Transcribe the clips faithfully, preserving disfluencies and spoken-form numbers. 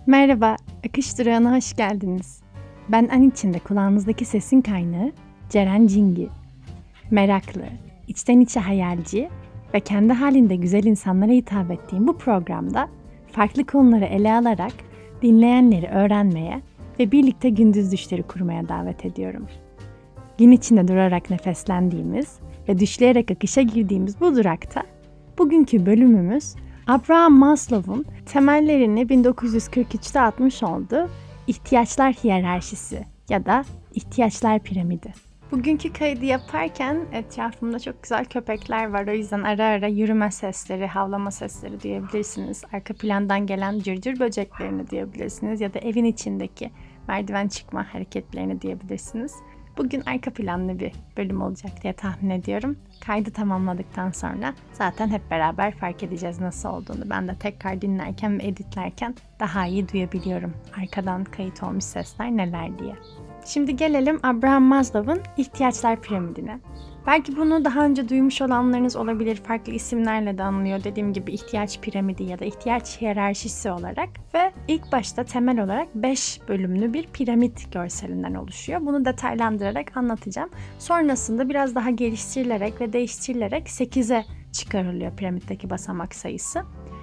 Merhaba, Akış Durağı'na hoş geldiniz. Ben an içinde kulağınızdaki sesin kaynağı Ceren Cingi. Meraklı, içten içe hayalci ve kendi halinde güzel insanlara hitap ettiğim bu programda farklı konuları ele alarak dinleyenleri öğrenmeye ve birlikte gündüz düşleri kurmaya davet ediyorum. Gün içinde durarak nefeslendiğimiz ve düşleyerek akışa girdiğimiz bu durakta bugünkü bölümümüz Abraham Maslow'un temellerini bin dokuz yüz kırk üçte atmış olduğu ihtiyaçlar hiyerarşisi ya da ihtiyaçlar piramidi. Bugünkü kaydı yaparken etrafımda çok güzel köpekler var. O yüzden ara ara yürüme sesleri, havlama sesleri duyabilirsiniz. Arka plandan gelen cırcır böceklerini duyabilirsiniz ya da evin içindeki merdiven çıkma hareketlerini duyabilirsiniz. Bugün arka planlı bir bölüm olacak diye tahmin ediyorum. Kaydı tamamladıktan sonra zaten hep beraber fark edeceğiz nasıl olduğunu. Ben de tekrar dinlerken ve editlerken daha iyi duyabiliyorum arkadan kayıt olmuş sesler neler diye. Şimdi gelelim Abraham Maslow'un ihtiyaçlar piramidine. Belki bunu daha önce duymuş olanlarınız olabilir. Farklı isimlerle de anılıyor. Dediğim gibi ihtiyaç piramidi ya da ihtiyaç hiyerarşisi olarak. Ve ilk başta temel olarak beş bölümlü bir piramit görselinden oluşuyor. Bunu detaylandırarak anlatacağım. Sonrasında biraz daha geliştirilerek ve değiştirilerek sekize çıkarılıyor piramitteki basamak sayısı.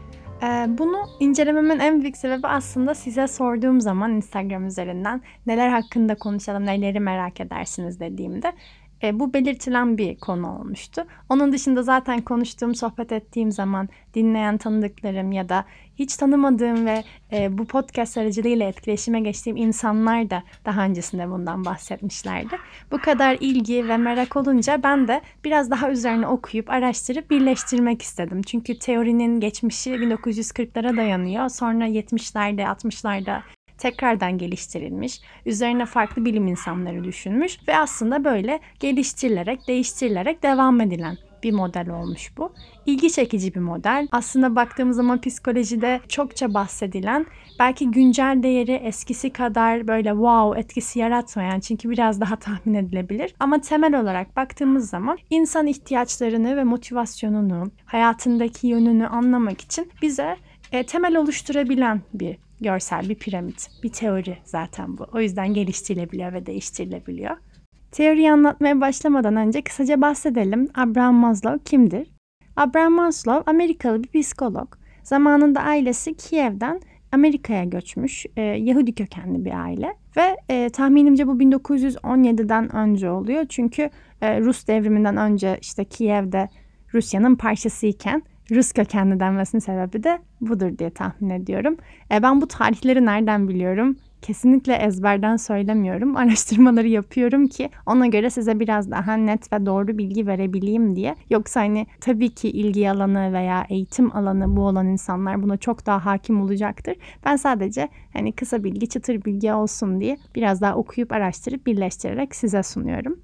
Bunu incelememin en büyük sebebi aslında size sorduğum zaman Instagram üzerinden neler hakkında konuşalım, neleri merak edersiniz dediğimde E, bu belirtilen bir konu olmuştu. Onun dışında zaten konuştuğum, sohbet ettiğim zaman dinleyen tanıdıklarım ya da hiç tanımadığım ve e, bu podcast aracılığıyla etkileşime geçtiğim insanlar da daha öncesinde bundan bahsetmişlerdi. Bu kadar ilgi ve merak olunca ben de biraz daha üzerine okuyup, araştırıp birleştirmek istedim. Çünkü teorinin geçmişi bin dokuz yüz kırklara dayanıyor. Sonra yetmişlerde, altmışlarda tekrardan geliştirilmiş, üzerine farklı bilim insanları düşünmüş ve aslında böyle geliştirilerek, değiştirilerek devam edilen bir model olmuş bu. İlgi çekici bir model. Aslında baktığımız zaman psikolojide çokça bahsedilen, belki güncel değeri eskisi kadar böyle wow etkisi yaratmayan, çünkü biraz daha tahmin edilebilir. Ama temel olarak baktığımız zaman insan ihtiyaçlarını ve motivasyonunu, hayatındaki yönünü anlamak için bize e, temel oluşturabilen bir görsel, bir piramit, bir teori zaten bu. O yüzden geliştirilebiliyor ve değiştirilebiliyor. Teoriyi anlatmaya başlamadan önce kısaca bahsedelim. Abraham Maslow kimdir? Abraham Maslow Amerikalı bir psikolog. Zamanında ailesi Kiev'den Amerika'ya göçmüş, e, Yahudi kökenli bir aile. Ve e, tahminimce bu bin dokuz yüz on yediden önce oluyor. Çünkü e, Rus devriminden önce işte Kiev'de Rusya'nın parçasıyken Rus kökenli denmesinin sebebi de budur diye tahmin ediyorum. E ben bu tarihleri nereden biliyorum? Kesinlikle ezberden söylemiyorum. Araştırmaları yapıyorum ki ona göre size biraz daha net ve doğru bilgi verebileyim diye. Yoksa hani tabii ki ilgi alanı veya eğitim alanı bu olan insanlar buna çok daha hakim olacaktır. Ben sadece hani kısa bilgi, çıtır bilgi olsun diye biraz daha okuyup araştırıp birleştirerek size sunuyorum.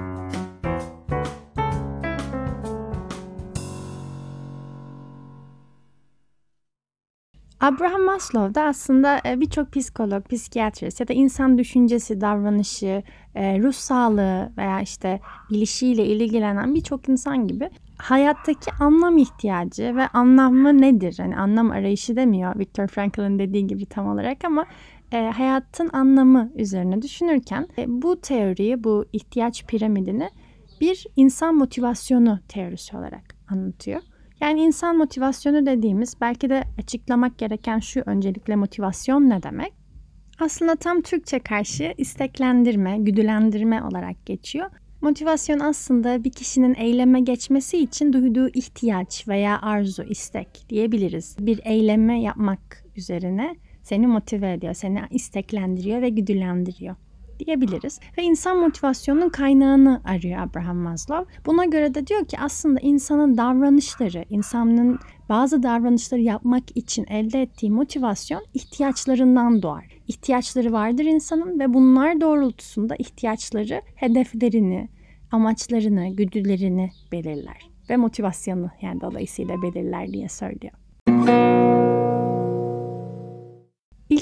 Abraham Maslow da aslında birçok psikolog, psikiyatrist ya da insan düşüncesi, davranışı, ruh sağlığı veya işte bilişiyle ilgilenen birçok insan gibi hayattaki anlam ihtiyacı ve anlamı nedir? Yani anlam arayışı demiyor Viktor Frankl'ın dediği gibi tam olarak ama e, hayatın anlamı üzerine düşünürken e, bu teoriyi, bu ihtiyaç piramidini bir insan motivasyonu teorisi olarak anlatıyor. Yani insan motivasyonu dediğimiz, belki de açıklamak gereken şu, öncelikle motivasyon ne demek? Aslında tam Türkçe karşı isteklendirme, güdülendirme olarak geçiyor. Motivasyon aslında bir kişinin eyleme geçmesi için duyduğu ihtiyaç veya arzu, istek diyebiliriz. Bir eyleme yapmak üzerine seni motive ediyor, seni isteklendiriyor ve güdülendiriyor diyebiliriz. Ve insan motivasyonunun kaynağını arıyor Abraham Maslow. Buna göre de diyor ki aslında insanın davranışları, insanın bazı davranışları yapmak için elde ettiği motivasyon ihtiyaçlarından doğar. İhtiyaçları vardır insanın ve bunlar doğrultusunda ihtiyaçları, hedeflerini, amaçlarını, güdülerini belirler. Ve motivasyonu yani dolayısıyla belirler diye söylüyor.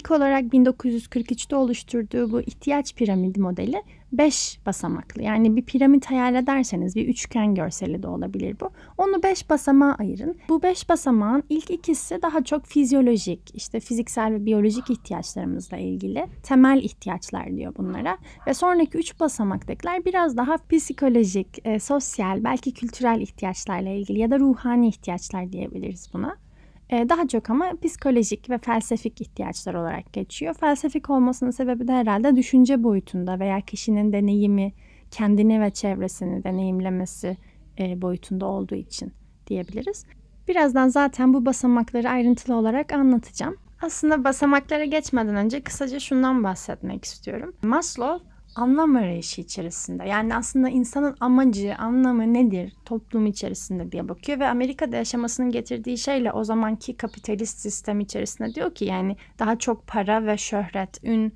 İlk olarak bin dokuz yüz kırk üçte oluşturduğu bu ihtiyaç piramidi modeli beş basamaklı. Yani bir piramit hayal ederseniz bir üçgen görseli de olabilir bu. Onu beş basamağa ayırın. Bu beş basamağın ilk ikisi daha çok fizyolojik, işte fiziksel ve biyolojik ihtiyaçlarımızla ilgili temel ihtiyaçlar diyor bunlara. Ve sonraki üç basamaktakiler biraz daha psikolojik, e, sosyal, belki kültürel ihtiyaçlarla ilgili ya da ruhani ihtiyaçlar diyebiliriz buna. Daha çok ama psikolojik ve felsefik ihtiyaçlar olarak geçiyor. Felsefik olmasının sebebi de herhalde düşünce boyutunda veya kişinin deneyimi, kendini ve çevresini deneyimlemesi boyutunda olduğu için diyebiliriz. Birazdan zaten bu basamakları ayrıntılı olarak anlatacağım. Aslında basamaklara geçmeden önce kısaca şundan bahsetmek istiyorum. Maslow anlam arayışı içerisinde, yani aslında insanın amacı, anlamı nedir toplum içerisinde diye bakıyor ve Amerika'da yaşamasının getirdiği şeyle o zamanki kapitalist sistem içerisinde diyor ki yani daha çok para ve şöhret, ün,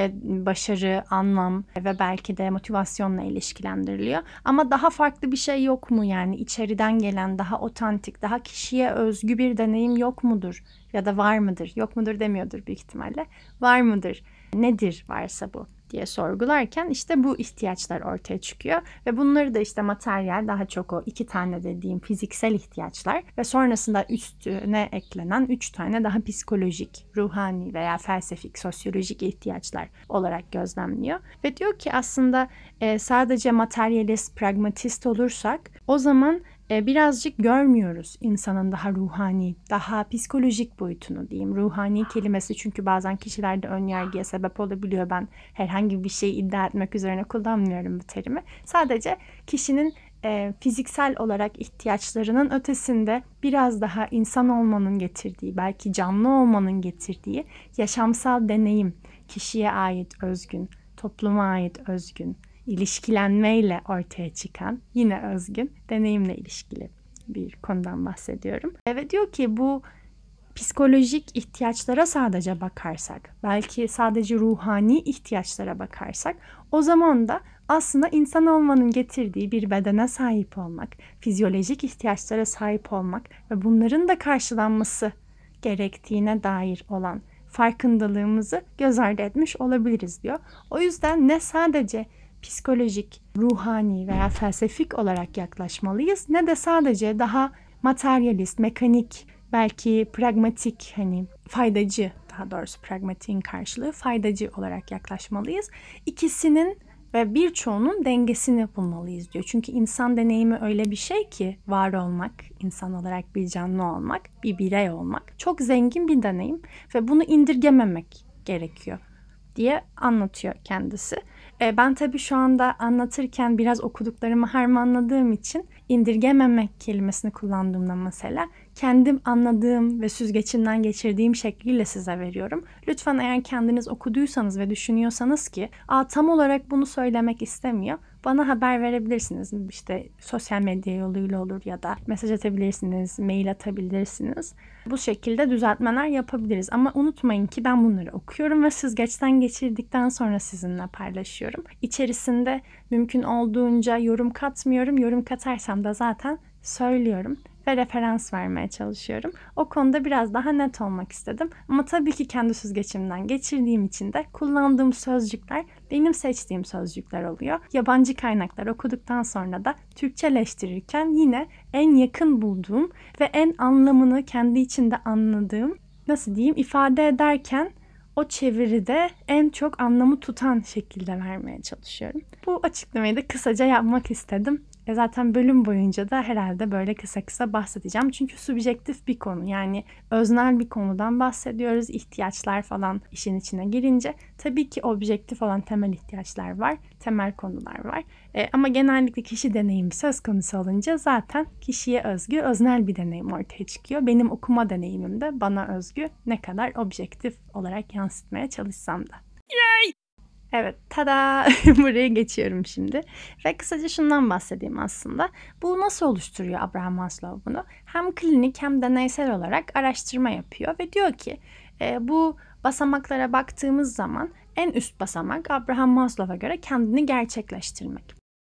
başarı, anlam ve belki de motivasyonla ilişkilendiriliyor. Ama daha farklı bir şey yok mu, yani içeriden gelen daha otantik, daha kişiye özgü bir deneyim yok mudur? Ya da var mıdır? Yok mudur demiyordur büyük ihtimalle. Var mıdır? Nedir varsa bu diye sorgularken işte bu ihtiyaçlar ortaya çıkıyor ve bunları da işte materyal, daha çok o iki tane dediğim fiziksel ihtiyaçlar ve sonrasında üstüne eklenen üç tane daha psikolojik, ruhani veya felsefik, sosyolojik ihtiyaçlar olarak gözlemliyor. Ve diyor ki aslında e, sadece materyalist, pragmatist olursak o zaman e, birazcık görmüyoruz insanın daha ruhani, daha psikolojik boyutunu diyeyim. Ruhani kelimesi çünkü bazen kişilerde önyargıya sebep olabiliyor. Ben herhangi bir şey iddia etmek üzerine kullanmıyorum bu terimi. Sadece kişinin e, fiziksel olarak ihtiyaçlarının ötesinde biraz daha insan olmanın getirdiği, belki canlı olmanın getirdiği yaşamsal deneyim, kişiye ait özgün, topluma ait özgün, ilişkilenmeyle ortaya çıkan yine özgün deneyimle ilişkili bir konudan bahsediyorum. Ve diyor ki bu psikolojik ihtiyaçlara sadece bakarsak, belki sadece ruhani ihtiyaçlara bakarsak o zaman da aslında insan olmanın getirdiği bir bedene sahip olmak, fizyolojik ihtiyaçlara sahip olmak ve bunların da karşılanması gerektiğine dair olan farkındalığımızı göz ardı etmiş olabiliriz diyor. O yüzden ne sadece psikolojik, ruhani veya felsefik olarak yaklaşmalıyız ne de sadece daha materyalist, mekanik, belki pragmatik, hani faydacı, daha doğrusu pragmatiğin karşılığı faydacı olarak yaklaşmalıyız. İkisinin ve birçoğunun dengesini bulmalıyız diyor. Çünkü insan deneyimi öyle bir şey ki var olmak, insan olarak bir canlı olmak, bir birey olmak çok zengin bir deneyim ve bunu indirgememek gerekiyor diye anlatıyor kendisi. E, ben tabii şu anda anlatırken biraz okuduklarımı harmanladığım için indirgememek kelimesini kullandığımda mesela kendim anladığım ve süzgeçimden geçirdiğim şekliyle size veriyorum. Lütfen eğer kendiniz okuduysanız ve düşünüyorsanız ki Aa, tam olarak bunu söylemek istemiyor, bana haber verebilirsiniz. İşte sosyal medya yoluyla olur ya da mesaj atabilirsiniz, mail atabilirsiniz. Bu şekilde düzeltmeler yapabiliriz. Ama unutmayın ki ben bunları okuyorum ve süzgeçten geçirdikten sonra sizinle paylaşıyorum. İçerisinde mümkün olduğunca yorum katmıyorum. Yorum katarsam da zaten söylüyorum ve referans vermeye çalışıyorum. O konuda biraz daha net olmak istedim. Ama tabii ki kendi süzgeçimden geçirdiğim için de kullandığım sözcükler benim seçtiğim sözcükler oluyor. Yabancı kaynaklar okuduktan sonra da Türkçeleştirirken yine en yakın bulduğum ve en anlamını kendi içinde anladığım, nasıl diyeyim, ifade ederken o çeviride en çok anlamı tutan şekilde vermeye çalışıyorum. Bu açıklamayı da kısaca yapmak istedim. E zaten bölüm boyunca da herhalde böyle kısa kısa bahsedeceğim. Çünkü subjektif bir konu, yani öznel bir konudan bahsediyoruz. İhtiyaçlar falan işin içine girince tabii ki objektif olan temel ihtiyaçlar var, temel konular var. E, ama genellikle kişi deneyimi söz konusu olunca zaten kişiye özgü, öznel bir deneyim ortaya çıkıyor. Benim okuma deneyimim de bana özgü, ne kadar objektif olarak yansıtmaya çalışsam da. Yay! Evet, tada! Buraya geçiyorum şimdi. Ve kısaca şundan bahsedeyim aslında. Bu nasıl oluşturuyor Abraham Maslow bunu? Hem klinik hem deneysel olarak araştırma yapıyor ve diyor ki e, bu basamaklara baktığımız zaman en üst basamak Abraham Maslow'a göre kendini gerçekleştirmek.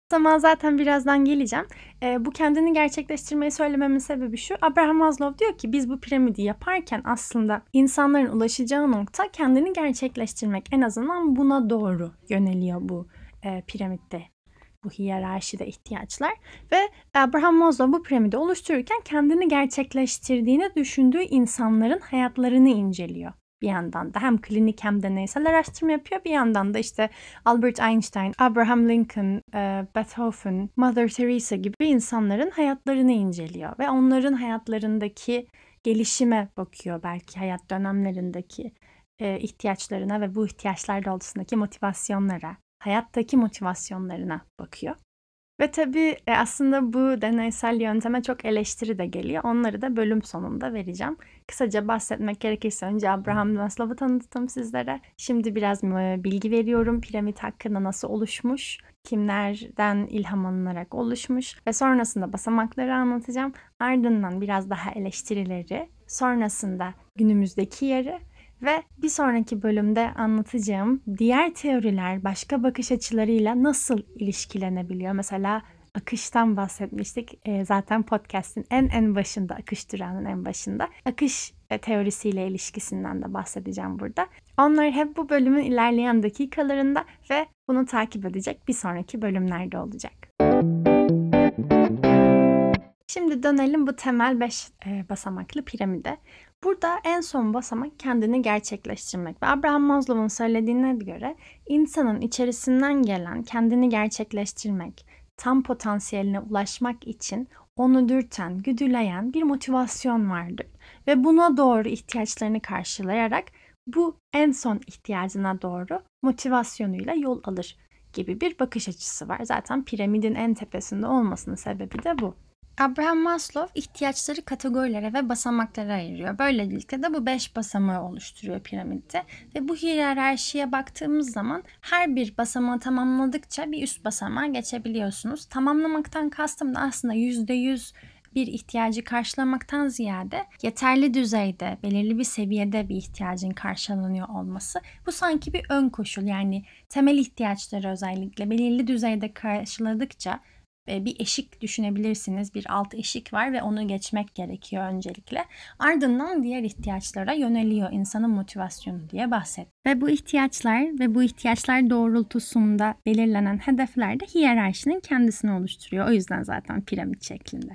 Zaman zaten birazdan geleceğim. E, bu kendini gerçekleştirmeyi söylememin sebebi şu. Abraham Maslow diyor ki biz bu piramidi yaparken aslında insanların ulaşacağı nokta kendini gerçekleştirmek. En azından buna doğru yöneliyor bu e, piramitte. Bu hiyerarşide ihtiyaçlar ve Abraham Maslow bu piramidi oluştururken kendini gerçekleştirdiğini düşündüğü insanların hayatlarını inceliyor. Bir yandan da hem klinik hem deneysel araştırma yapıyor. Bir yandan da işte Albert Einstein, Abraham Lincoln, Beethoven, Mother Teresa gibi insanların hayatlarını inceliyor. Ve onların hayatlarındaki gelişime bakıyor, belki hayat dönemlerindeki ihtiyaçlarına ve bu ihtiyaçlar doğrultusundaki motivasyonlara, hayattaki motivasyonlarına bakıyor. Ve tabii aslında bu deneysel yönteme çok eleştiri de geliyor. Onları da bölüm sonunda vereceğim. Kısaca bahsetmek gerekirse önce Abraham Maslow'u tanıttım sizlere. Şimdi biraz bilgi veriyorum. Piramit hakkında nasıl oluşmuş, kimlerden ilham alınarak oluşmuş ve sonrasında basamakları anlatacağım. Ardından biraz daha eleştirileri, sonrasında günümüzdeki yeri ve bir sonraki bölümde anlatacağım diğer teoriler başka bakış açılarıyla nasıl ilişkilenebiliyor? Mesela akıştan bahsetmiştik. E, zaten podcast'in en en başında, akış durağının en başında. Akış teorisiyle ilişkisinden de bahsedeceğim burada. Onlar hep bu bölümün ilerleyen dakikalarında ve bunu takip edecek bir sonraki bölümlerde olacak. Şimdi dönelim bu temel beş e, basamaklı piramide. Burada en son basamak kendini gerçekleştirmek ve Abraham Maslow'un söylediğine göre insanın içerisinden gelen kendini gerçekleştirmek, tam potansiyeline ulaşmak için onu dürten, güdüleyen bir motivasyon vardır. Ve buna doğru ihtiyaçlarını karşılayarak bu en son ihtiyacına doğru motivasyonuyla yol alır gibi bir bakış açısı var. Zaten piramidin en tepesinde olmasının sebebi de bu. Abraham Maslow ihtiyaçları kategorilere ve basamaklara ayırıyor. Böylelikle de bu beş basamağı oluşturuyor piramitte. Ve bu hiyerarşiye baktığımız zaman her bir basamağı tamamladıkça bir üst basamağa geçebiliyorsunuz. Tamamlamaktan kastım da aslında yüzde yüz bir ihtiyacı karşılamaktan ziyade yeterli düzeyde, belirli bir seviyede bir ihtiyacın karşılanıyor olması. Bu sanki bir ön koşul, yani temel ihtiyaçları özellikle belirli düzeyde karşıladıkça bir eşik düşünebilirsiniz. Bir alt eşik var ve onu geçmek gerekiyor öncelikle. Ardından diğer ihtiyaçlara yöneliyor insanın motivasyonu diye bahset. Ve bu ihtiyaçlar ve bu ihtiyaçlar doğrultusunda belirlenen hedefler de hiyerarşinin kendisini oluşturuyor. O yüzden zaten piramit şeklinde.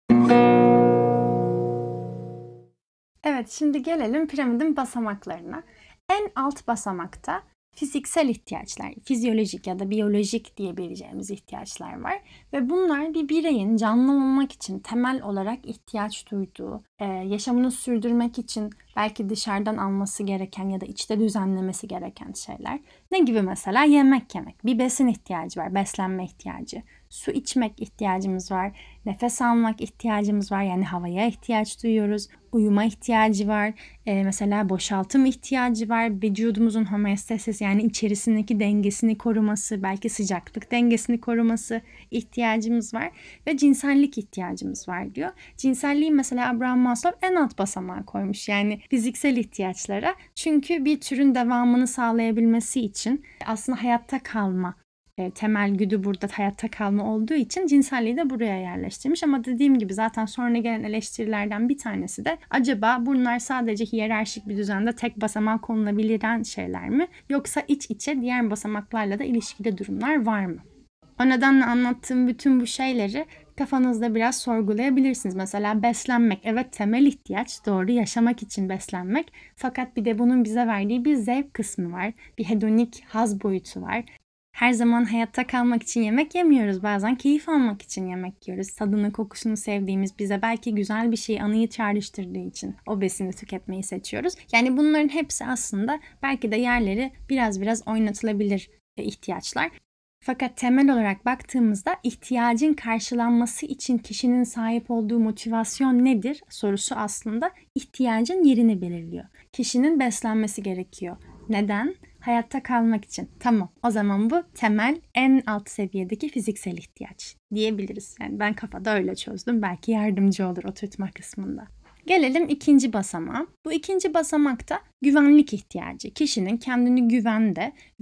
Evet, şimdi gelelim piramidin basamaklarına. En alt basamakta fiziksel ihtiyaçlar, fizyolojik ya da biyolojik diyebileceğimiz ihtiyaçlar var. Ve bunlar bir bireyin canlı olmak için temel olarak ihtiyaç duyduğu, yaşamını sürdürmek için belki dışarıdan alması gereken ya da içte düzenlemesi gereken şeyler. Ne gibi mesela? Yemek yemek, bir besin ihtiyacı var, beslenme ihtiyacı. Su içmek ihtiyacımız var, nefes almak ihtiyacımız var, yani havaya ihtiyaç duyuyoruz, uyuma ihtiyacı var, ee, mesela boşaltım ihtiyacı var, vücudumuzun homeostasis yani içerisindeki dengesini koruması, belki sıcaklık dengesini koruması ihtiyacımız var ve cinsellik ihtiyacımız var diyor. Cinselliği mesela Abraham Maslow en alt basamağa koymuş, yani fiziksel ihtiyaçlara, çünkü bir türün devamını sağlayabilmesi için aslında hayatta kalma, temel güdü burada hayatta kalma olduğu için cinselliği de buraya yerleştirmiş. Ama dediğim gibi zaten sonra gelen eleştirilerden bir tanesi de acaba bunlar sadece hiyerarşik bir düzende tek basamağa konulabilen şeyler mi? Yoksa iç içe diğer basamaklarla da ilişkili durumlar var mı? O nedenle anlattığım bütün bu şeyleri kafanızda biraz sorgulayabilirsiniz. Mesela beslenmek, evet temel ihtiyaç, doğru, yaşamak için beslenmek. Fakat bir de bunun bize verdiği bir zevk kısmı var. Bir hedonik haz boyutu var. Her zaman hayatta kalmak için yemek yemiyoruz. Bazen keyif almak için yemek yiyoruz. Tadını, kokusunu sevdiğimiz, bize belki güzel bir şey, anıyı çağrıştırdığı için o besini tüketmeyi seçiyoruz. Yani bunların hepsi aslında belki de yerleri biraz biraz oynatılabilir ihtiyaçlar. Fakat temel olarak baktığımızda ihtiyacın karşılanması için kişinin sahip olduğu motivasyon nedir sorusu aslında ihtiyacın yerini belirliyor. Kişinin beslenmesi gerekiyor. Neden? Hayatta kalmak için. Tamam, o zaman bu temel en alt seviyedeki fiziksel ihtiyaç diyebiliriz. Yani ben kafada öyle çözdüm. Belki yardımcı olur oturtma kısmında. Gelelim ikinci basamağa. Bu ikinci basamakta güvenlik ihtiyacı. Kişinin kendini güvende ve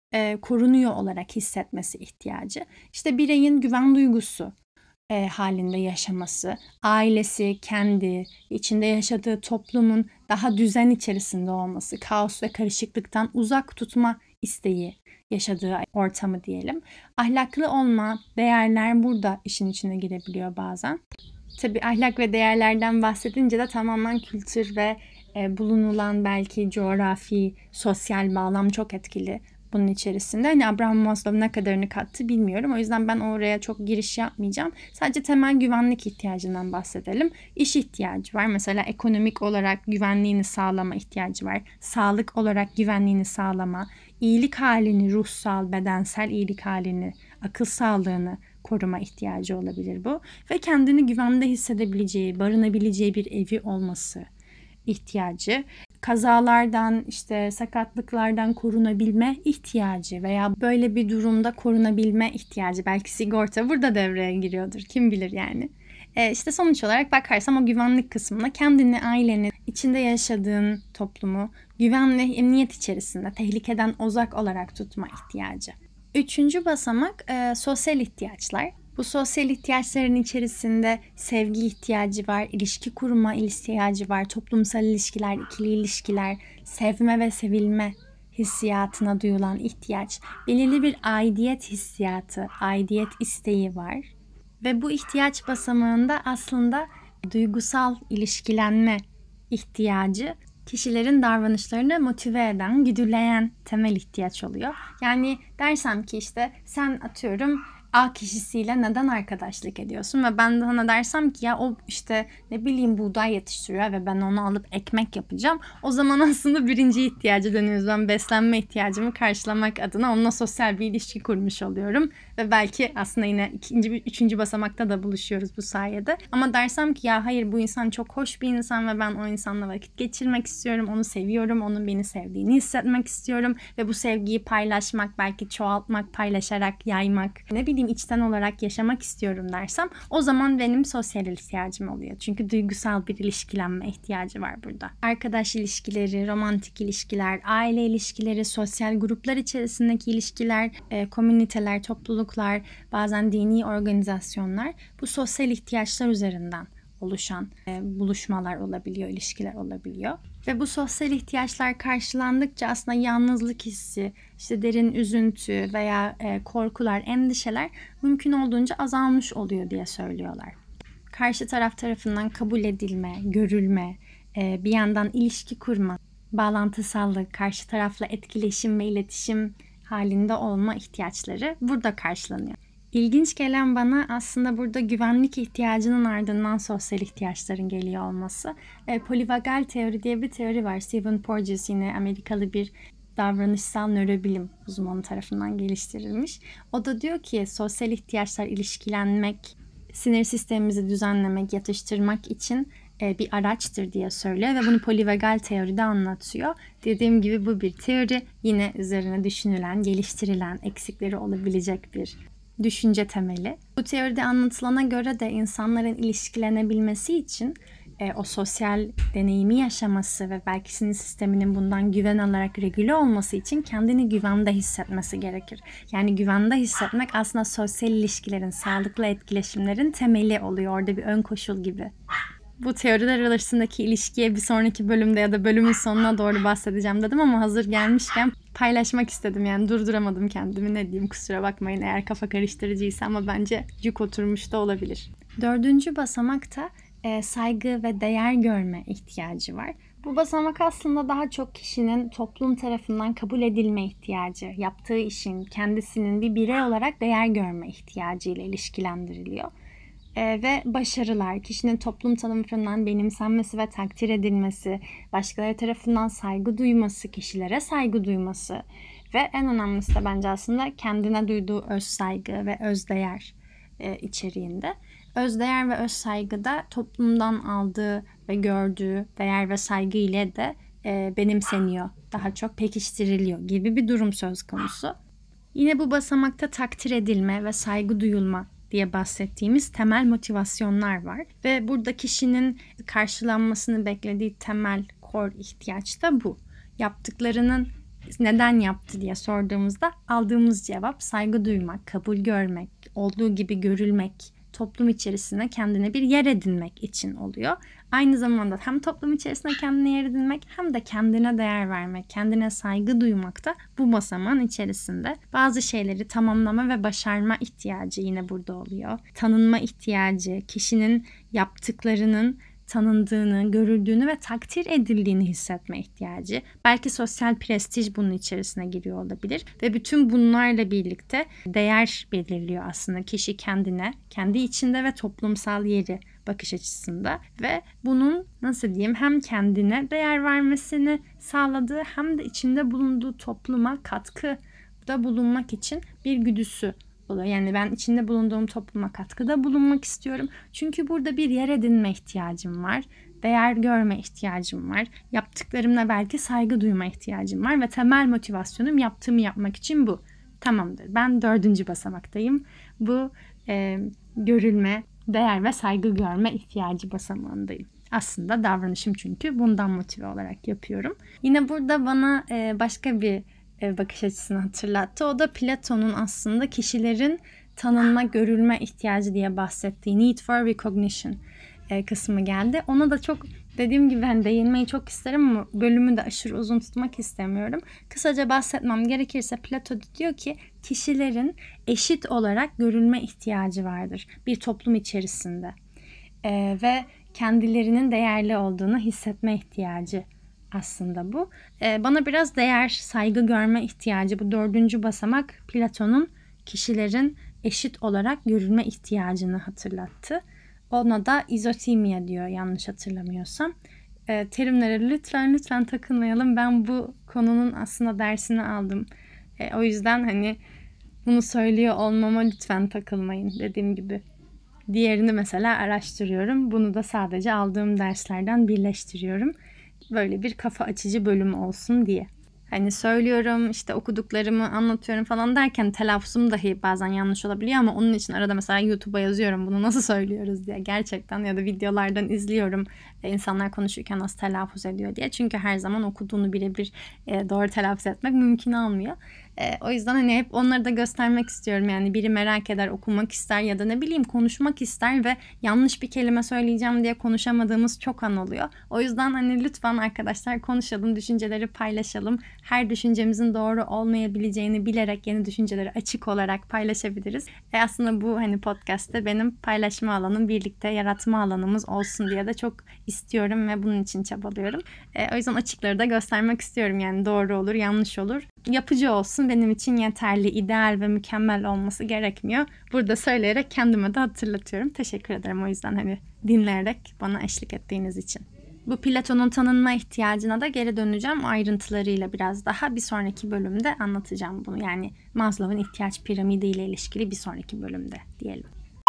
e, korunuyor olarak hissetmesi ihtiyacı. İşte bireyin güven duygusu e, halinde yaşaması, ailesi, kendi, içinde yaşadığı toplumun daha düzen içerisinde olması, kaos ve karışıklıktan uzak tutma isteği, yaşadığı ortamı diyelim. Ahlaklı olma, değerler burada işin içine girebiliyor bazen. Tabii ahlak ve değerlerden bahsedince de tamamen kültür ve e, bulunulan belki coğrafi, sosyal bağlam çok etkili bunun içerisinde. Hani Abraham Maslow ne kadarını kattı bilmiyorum. O yüzden ben oraya çok giriş yapmayacağım. Sadece temel güvenlik ihtiyacından bahsedelim. İş ihtiyacı var. Mesela ekonomik olarak güvenliğini sağlama ihtiyacı var. Sağlık olarak güvenliğini sağlama, iyilik halini, ruhsal, bedensel iyilik halini, akıl sağlığını koruma ihtiyacı olabilir bu. Ve kendini güvende hissedebileceği, barınabileceği bir evi olması ihtiyacı. Kazalardan, işte sakatlıklardan korunabilme ihtiyacı veya böyle bir durumda korunabilme ihtiyacı. Belki sigorta burada devreye giriyordur. Kim bilir yani. E işte sonuç olarak bakarsam o güvenlik kısmına kendini, aileni, içinde yaşadığın toplumu güven ve emniyet içerisinde tehlikeden uzak olarak tutma ihtiyacı. Üçüncü basamak e, sosyal ihtiyaçlar. Bu sosyal ihtiyaçların içerisinde sevgi ihtiyacı var, ilişki kurma ihtiyacı var, toplumsal ilişkiler, ikili ilişkiler, sevme ve sevilme hissiyatına duyulan ihtiyaç, belirli bir aidiyet hissiyatı, aidiyet isteği var. Ve bu ihtiyaç basamağında aslında duygusal ilişkilenme ihtiyacı kişilerin davranışlarını motive eden, güdüleyen temel ihtiyaç oluyor. Yani dersem ki işte sen atıyorum A kişisiyle neden arkadaşlık ediyorsun ve ben de ona dersem ki ya o işte ne bileyim buğday yetiştiriyor ve ben onu alıp ekmek yapacağım. O zaman aslında birinci ihtiyacı dönüyoruz. Ben beslenme ihtiyacımı karşılamak adına onunla sosyal bir ilişki kurmuş oluyorum. Ve belki aslında yine ikinci, üçüncü basamakta da buluşuyoruz bu sayede. Ama dersem ki ya hayır bu insan çok hoş bir insan ve ben o insanla vakit geçirmek istiyorum. Onu seviyorum, onun beni sevdiğini hissetmek istiyorum. Ve bu sevgiyi paylaşmak, belki çoğaltmak, paylaşarak yaymak, ne bileyim içten olarak yaşamak istiyorum dersem o zaman benim sosyal ihtiyacım oluyor. Çünkü duygusal bir ilişkilenme ihtiyacı var burada. Arkadaş ilişkileri, romantik ilişkiler, aile ilişkileri, sosyal gruplar içerisindeki ilişkiler, e, komüniteler, topluluklar, bazen dini organizasyonlar bu sosyal ihtiyaçlar üzerinden oluşan e, buluşmalar olabiliyor, ilişkiler olabiliyor. Ve bu sosyal ihtiyaçlar karşılandıkça aslında yalnızlık hissi, işte derin üzüntü veya e, korkular, endişeler mümkün olduğunca azalmış oluyor diye söylüyorlar. Karşı taraf tarafından kabul edilme, görülme, e, bir yandan ilişki kurma, bağlantısallık, karşı tarafla etkileşim ve iletişim halinde olma ihtiyaçları burada karşılanıyor. İlginç gelen bana aslında burada güvenlik ihtiyacının ardından sosyal ihtiyaçların geliyor olması. E, polivagal teori diye bir teori var. Stephen Porges yine Amerikalı bir davranışsal nörobilim uzmanı tarafından geliştirilmiş. O da diyor ki sosyal ihtiyaçlar ilişkilenmek, sinir sistemimizi düzenlemek, yatıştırmak için e, bir araçtır diye söylüyor ve bunu polivagal teoride anlatıyor. Dediğim gibi bu bir teori, yine üzerine düşünülen, geliştirilen, eksikleri olabilecek bir düşünce temeli. Bu teoride anlatılana göre de insanların ilişkilenebilmesi için e, o sosyal deneyimi yaşaması ve belki sinir sisteminin bundan güven alarak regüle olması için kendini güvende hissetmesi gerekir. Yani güvende hissetmek aslında sosyal ilişkilerin, sağlıklı etkileşimlerin temeli oluyor. Orada bir ön koşul gibi. Bu teoriler arasındaki ilişkiye bir sonraki bölümde ya da bölümün sonuna doğru bahsedeceğim dedim ama hazır gelmişken paylaşmak istedim. Yani durduramadım kendimi, ne diyeyim, kusura bakmayın eğer kafa karıştırıcıysa ama bence cuk oturmuş da olabilir. Dördüncü basamakta e, saygı ve değer görme ihtiyacı var. Bu basamak aslında daha çok kişinin toplum tarafından kabul edilme ihtiyacı, yaptığı işin, kendisinin bir birey olarak değer görme ihtiyacı ile ilişkilendiriliyor. Ee, ve başarılar, kişinin toplum tarafından benimsenmesi ve takdir edilmesi, başkaları tarafından saygı duyması, kişilere saygı duyması ve en önemlisi de bence aslında kendine duyduğu öz saygı ve özdeğer e, içeriğinde. Özdeğer ve öz saygı da toplumdan aldığı ve gördüğü değer ve saygı ile de e, benimseniyor, daha çok pekiştiriliyor gibi bir durum söz konusu. Yine bu basamakta takdir edilme ve saygı duyulma diye bahsettiğimiz temel motivasyonlar var. Ve burada kişinin karşılanmasını beklediği temel core ihtiyaç da bu. Yaptıklarının neden yaptı diye sorduğumuzda aldığımız cevap saygı duymak, kabul görmek, olduğu gibi görülmek, toplum içerisinde kendine bir yer edinmek için oluyor. Aynı zamanda hem toplum içerisinde kendine yer edinmek hem de kendine değer vermek, kendine saygı duymak da bu basamağın içerisinde. Bazı şeyleri tamamlama ve başarma ihtiyacı yine burada oluyor. Tanınma ihtiyacı, kişinin yaptıklarının tanındığını, görüldüğünü ve takdir edildiğini hissetme ihtiyacı. Belki sosyal prestij bunun içerisine giriyor olabilir ve bütün bunlarla birlikte değer belirliyor aslında kişi kendine, kendi içinde ve toplumsal yeri, bakış açısında ve bunun nasıl diyeyim hem kendine değer vermesini sağladığı hem de içinde bulunduğu topluma katkıda bulunmak için bir güdüsü oluyor. Yani ben içinde bulunduğum topluma katkıda bulunmak istiyorum. Çünkü burada bir yer edinme ihtiyacım var. Değer görme ihtiyacım var. Yaptıklarımla belki saygı duyma ihtiyacım var ve temel motivasyonum yaptığımı yapmak için bu. Tamamdır. Ben dördüncü basamaktayım. Bu e, görülme, değer ve saygı görme ihtiyacı basamağındayım. Aslında davranışım çünkü bundan motive olarak yapıyorum. Yine burada bana e, başka bir bakış açısını hatırlattı. O da Platon'un aslında kişilerin tanınma, görülme ihtiyacı diye bahsettiği need for recognition kısmı geldi. Ona da çok dediğim gibi hani değinmeyi çok isterim ama bölümü de aşırı uzun tutmak istemiyorum. Kısaca bahsetmem gerekirse Plato diyor ki kişilerin eşit olarak görülme ihtiyacı vardır bir toplum içerisinde ee, ve kendilerinin değerli olduğunu hissetme ihtiyacı. Aslında bu. Ee, bana biraz değer, saygı görme ihtiyacı. Bu dördüncü basamak Platon'un kişilerin eşit olarak görülme ihtiyacını hatırlattı. Ona da izotimia diyor yanlış hatırlamıyorsam. Ee, terimlere lütfen lütfen takılmayalım. Ben bu konunun aslında dersini aldım. Ee, o yüzden hani bunu söylüyor olmama lütfen takılmayın dediğim gibi. Diğerini mesela araştırıyorum. Bunu da sadece aldığım derslerden birleştiriyorum. Böyle bir kafa açıcı bölüm olsun diye. Hani söylüyorum işte okuduklarımı anlatıyorum falan derken telaffuzum dahi bazen yanlış olabiliyor ama onun için arada mesela YouTube'a yazıyorum bunu nasıl söylüyoruz diye gerçekten ya da videolardan izliyorum insanlar konuşurken nasıl telaffuz ediyor diye. Çünkü her zaman okuduğunu birebir doğru telaffuz etmek mümkün olmuyor. E, o yüzden hani hep onları da göstermek istiyorum. Yani biri merak eder, okumak ister ya da ne bileyim konuşmak ister ve yanlış bir kelime söyleyeceğim diye konuşamadığımız çok an oluyor. O yüzden hani lütfen arkadaşlar konuşalım, düşünceleri paylaşalım. Her düşüncemizin doğru olmayabileceğini bilerek yeni düşünceleri açık olarak paylaşabiliriz. E aslında bu hani podcast'te benim paylaşma alanım, birlikte yaratma alanımız olsun diye de çok istiyorum ve bunun için çabalıyorum. E, o yüzden açıkları da göstermek istiyorum. Yani doğru olur, yanlış olur. Yapıcı olsun benim için yeterli, ideal ve mükemmel olması gerekmiyor. Burada söyleyerek kendime de hatırlatıyorum. Teşekkür ederim o yüzden hani dinleyerek bana eşlik ettiğiniz için. Bu Platon'un tanınma ihtiyacına da geri döneceğim. Ayrıntılarıyla biraz daha bir sonraki bölümde anlatacağım bunu. Yani Maslow'un ihtiyaç piramidi ile ilişkili bir sonraki bölümde diyelim.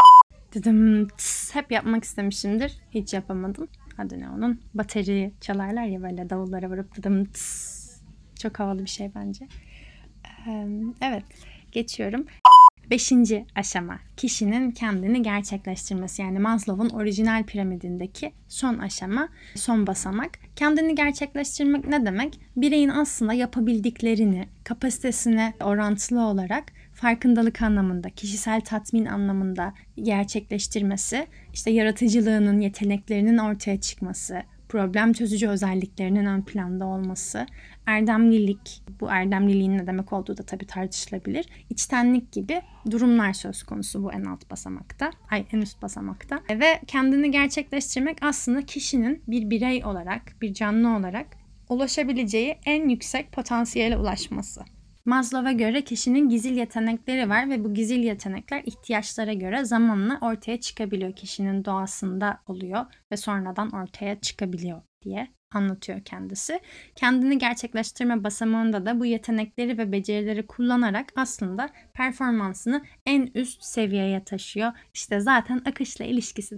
Dedim tıs, hep yapmak istemişimdir. Hiç yapamadım. Adı ne onun? Bateri çalarlar ya böyle davullara vurup dedim tıs. Çok havalı bir şey bence. Evet, geçiyorum. Beşinci aşama, kişinin kendini gerçekleştirmesi. Yani Maslow'un orijinal piramidindeki son aşama, son basamak. Kendini gerçekleştirmek ne demek? Bireyin aslında yapabildiklerini, kapasitesine orantılı olarak farkındalık anlamında, kişisel tatmin anlamında gerçekleştirmesi, işte yaratıcılığının, yeteneklerinin ortaya çıkması, problem çözücü özelliklerinin ön planda olması, erdemlilik, bu erdemliliğin ne demek olduğu da tabii tartışılabilir. İçtenlik gibi durumlar söz konusu bu en alt basamakta, ay en üst basamakta. Ve kendini gerçekleştirmek aslında kişinin bir birey olarak, bir canlı olarak ulaşabileceği en yüksek potansiyele ulaşması. Maslow'a göre kişinin gizil yetenekleri var ve bu gizil yetenekler ihtiyaçlara göre zamanla ortaya çıkabiliyor. Kişinin doğasında oluyor ve sonradan ortaya çıkabiliyor diye anlatıyor kendisi. Kendini gerçekleştirme basamağında da bu yetenekleri ve becerileri kullanarak aslında performansını en üst seviyeye taşıyor. İşte zaten akışla ilişkisi de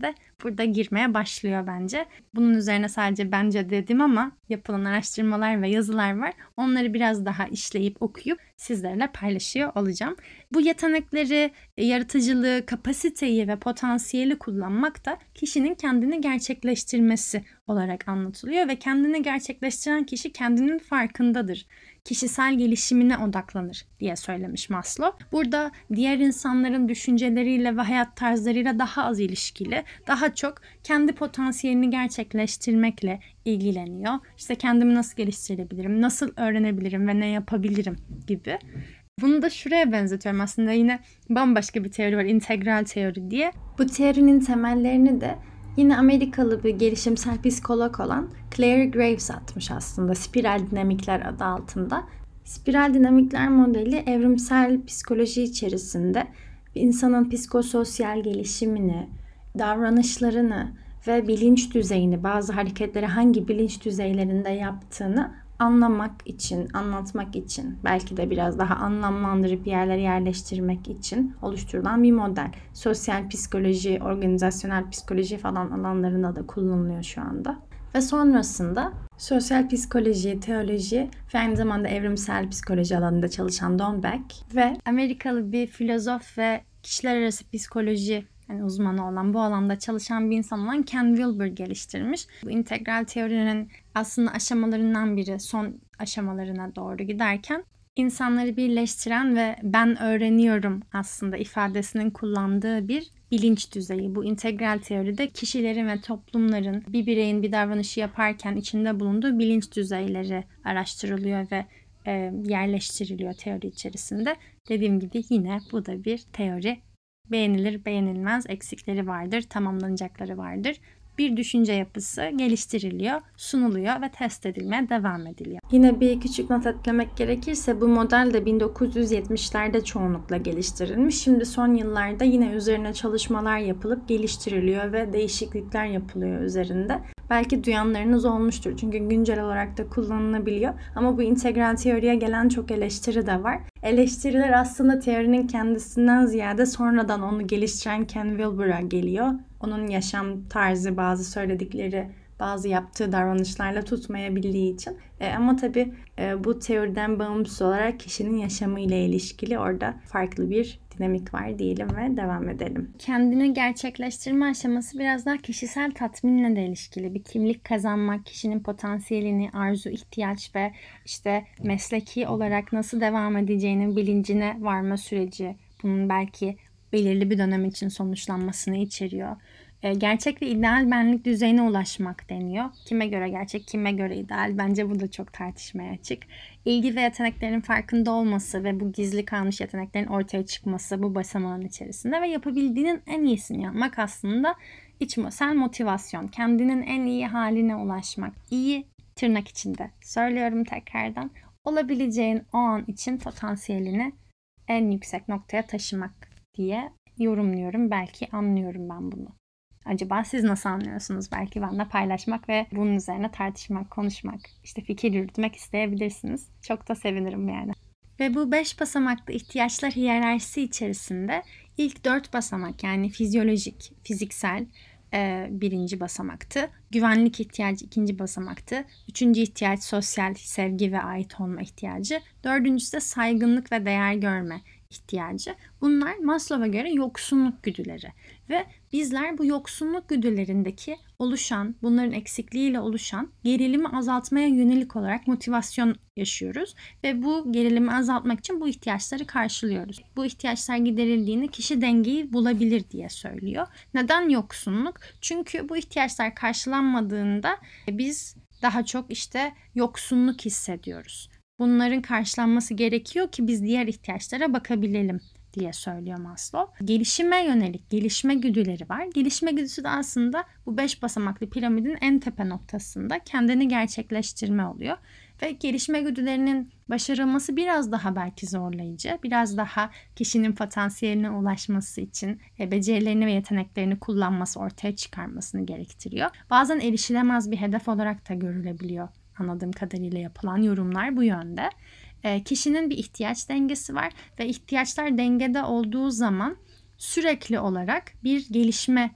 burada girmeye başlıyor bence. Bunun üzerine sadece bence dedim ama yapılan araştırmalar ve yazılar var. Onları biraz daha işleyip okuyup sizlerle paylaşıyor olacağım. Bu yetenekleri, yaratıcılığı, kapasiteyi ve potansiyeli kullanmak da kişinin kendini gerçekleştirmesi olarak anlatılıyor ve kendini gerçekleştiren kişi kendinin farkındadır. Kişisel gelişimine odaklanır diye söylemiş Maslow. Burada diğer insanların düşünceleriyle ve hayat tarzlarıyla daha az ilişkili, daha çok kendi potansiyelini gerçekleştirmekle ilgileniyor. İşte kendimi nasıl geliştirebilirim, nasıl öğrenebilirim ve ne yapabilirim gibi. Bunu da şuraya benzetiyorum aslında, yine bambaşka bir teori var, integral teori diye. Bu teorinin temellerini de yine Amerikalı bir gelişimsel psikolog olan Claire Graves atmış aslında, spiral dinamikler adı altında. Spiral dinamikler modeli evrimsel psikoloji içerisinde insanın psikososyal gelişimini, davranışlarını ve bilinç düzeyini, bazı hareketleri hangi bilinç düzeylerinde yaptığını anlamak için, anlatmak için, belki de biraz daha anlamlandırıp bir yerlere yerleştirmek için oluşturulan bir model. Sosyal psikoloji, organizasyonel psikoloji falan alanlarında da kullanılıyor şu anda. Ve sonrasında sosyal psikoloji, teoloji ve aynı zamanda evrimsel psikoloji alanında çalışan Don Beck ve Amerikalı bir filozof ve kişiler arası psikoloji yani uzmanı olan, bu alanda çalışan bir insan olan Ken Wilber geliştirmiş. Bu integral teorinin aslında aşamalarından biri, son aşamalarına doğru giderken insanları birleştiren ve ben öğreniyorum aslında ifadesinin kullandığı bir bilinç düzeyi. Bu integral teoride kişilerin ve toplumların bir bireyin bir davranışı yaparken içinde bulunduğu bilinç düzeyleri araştırılıyor ve e, yerleştiriliyor teori içerisinde. Dediğim gibi yine bu da bir teori. Beğenilir, beğenilmez, eksikleri vardır, tamamlanacakları vardır. Bir düşünce yapısı geliştiriliyor, sunuluyor ve test edilmeye devam ediliyor. Yine bir küçük not eklemek gerekirse bu model de bin dokuz yüz yetmişlerde çoğunlukla geliştirilmiş. Şimdi son yıllarda yine üzerine çalışmalar yapılıp geliştiriliyor ve değişiklikler yapılıyor üzerinde. Belki duyanlarınız olmuştur çünkü güncel olarak da kullanılabiliyor. Ama bu integral teoriye gelen çok eleştiri de var. Eleştiriler aslında teorinin kendisinden ziyade sonradan onu geliştiren Ken Wilber'a geliyor. Onun yaşam tarzı, bazı söyledikleri, bazı yaptığı davranışlarla tutmayabildiği için. E, ama tabii e, bu teoriden bağımsız olarak kişinin yaşamıyla ilişkili orada farklı bir dinamik var diyelim ve devam edelim. Kendini gerçekleştirme aşaması biraz daha kişisel tatminle de ilişkili. Bir kimlik kazanmak, kişinin potansiyelini, arzu, ihtiyaç ve işte mesleki olarak nasıl devam edeceğinin bilincine varma süreci. Bunun belki belirli bir dönem için sonuçlanmasını içeriyor. Gerçek ve ideal benlik düzeyine ulaşmak deniyor. Kime göre gerçek, kime göre ideal? Bence bu da çok tartışmaya açık. İlgi ve yeteneklerin farkında olması ve bu gizli kalmış yeteneklerin ortaya çıkması bu basamağın içerisinde ve yapabildiğinin en iyisini yapmak aslında içsel motivasyon. Kendinin en iyi haline ulaşmak. İyi tırnak içinde söylüyorum tekrardan. Olabileceğin o an için potansiyelini en yüksek noktaya taşımak diye yorumluyorum. Belki anlıyorum ben bunu. Acaba siz nasıl anlıyorsunuz? Belki benimle paylaşmak ve bunun üzerine tartışmak, konuşmak, işte fikir yürütmek isteyebilirsiniz. Çok da sevinirim yani. Ve bu beş basamaklı ihtiyaçlar hiyerarşisi içerisinde ilk dört basamak yani fizyolojik, fiziksel e, birinci basamaktı. Güvenlik ihtiyacı ikinci basamaktı. Üçüncü ihtiyaç sosyal, sevgi ve ait olma ihtiyacı. Dördüncüsü de saygınlık ve değer görme ihtiyacı. Bunlar Maslow'a göre yoksunluk güdüleri ve bizler bu yoksunluk güdülerindeki oluşan, bunların eksikliğiyle oluşan gerilimi azaltmaya yönelik olarak motivasyon yaşıyoruz ve bu gerilimi azaltmak için bu ihtiyaçları karşılıyoruz. Bu ihtiyaçlar giderildiğinde kişi dengeyi bulabilir diye söylüyor. Neden yoksunluk? Çünkü bu ihtiyaçlar karşılanmadığında biz daha çok işte yoksunluk hissediyoruz. Bunların karşılanması gerekiyor ki biz diğer ihtiyaçlara bakabilelim diye söylüyor Maslow. Gelişime yönelik gelişme güdüleri var. Gelişme güdüsü de aslında bu beş basamaklı piramidin en tepe noktasında kendini gerçekleştirme oluyor. Ve gelişme güdülerinin başarılması biraz daha belki zorlayıcı, biraz daha kişinin potansiyeline ulaşması için e, becerilerini ve yeteneklerini kullanması, ortaya çıkarmasını gerektiriyor. Bazen erişilemez bir hedef olarak da görülebiliyor. Anladığım kadarıyla yapılan yorumlar bu yönde. E, kişinin bir ihtiyaç dengesi var ve ihtiyaçlar dengede olduğu zaman sürekli olarak bir gelişme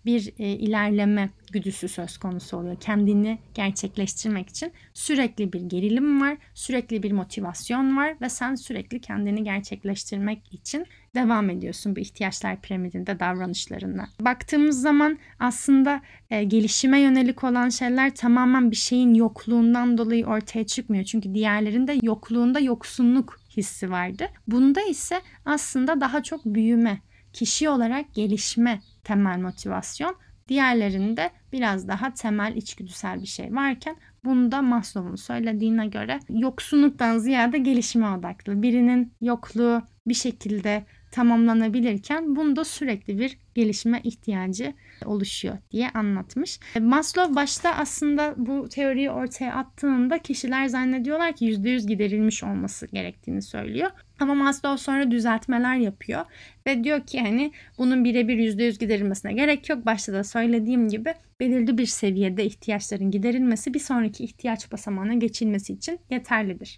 bir e, ilerleme güdüsü söz konusu oluyor. Kendini gerçekleştirmek için sürekli bir gerilim var, sürekli bir motivasyon var ve sen sürekli kendini gerçekleştirmek için devam ediyorsun bu ihtiyaçlar piramidinde davranışlarına. Baktığımız zaman aslında e, gelişime yönelik olan şeyler tamamen bir şeyin yokluğundan dolayı ortaya çıkmıyor. Çünkü diğerlerinde yokluğunda yoksunluk hissi vardı. Bunda ise aslında daha çok büyüme, kişi olarak gelişme temel motivasyon. Diğerlerinde biraz daha temel içgüdüsel bir şey varken bunda Maslow'un söylediğine göre yoksunluktan ziyade gelişime odaklı. Birinin yokluğu bir şekilde tamamlanabilirken bunda sürekli bir gelişme ihtiyacı oluşuyor diye anlatmış. Maslow başta aslında bu teoriyi ortaya attığında kişiler zannediyorlar ki yüzde yüz giderilmiş olması gerektiğini söylüyor. Ama Maslow sonra düzeltmeler yapıyor ve diyor ki hani bunun birebir yüzde yüz giderilmesine gerek yok. Başta da söylediğim gibi belirli bir seviyede ihtiyaçların giderilmesi bir sonraki ihtiyaç basamağına geçilmesi için yeterlidir.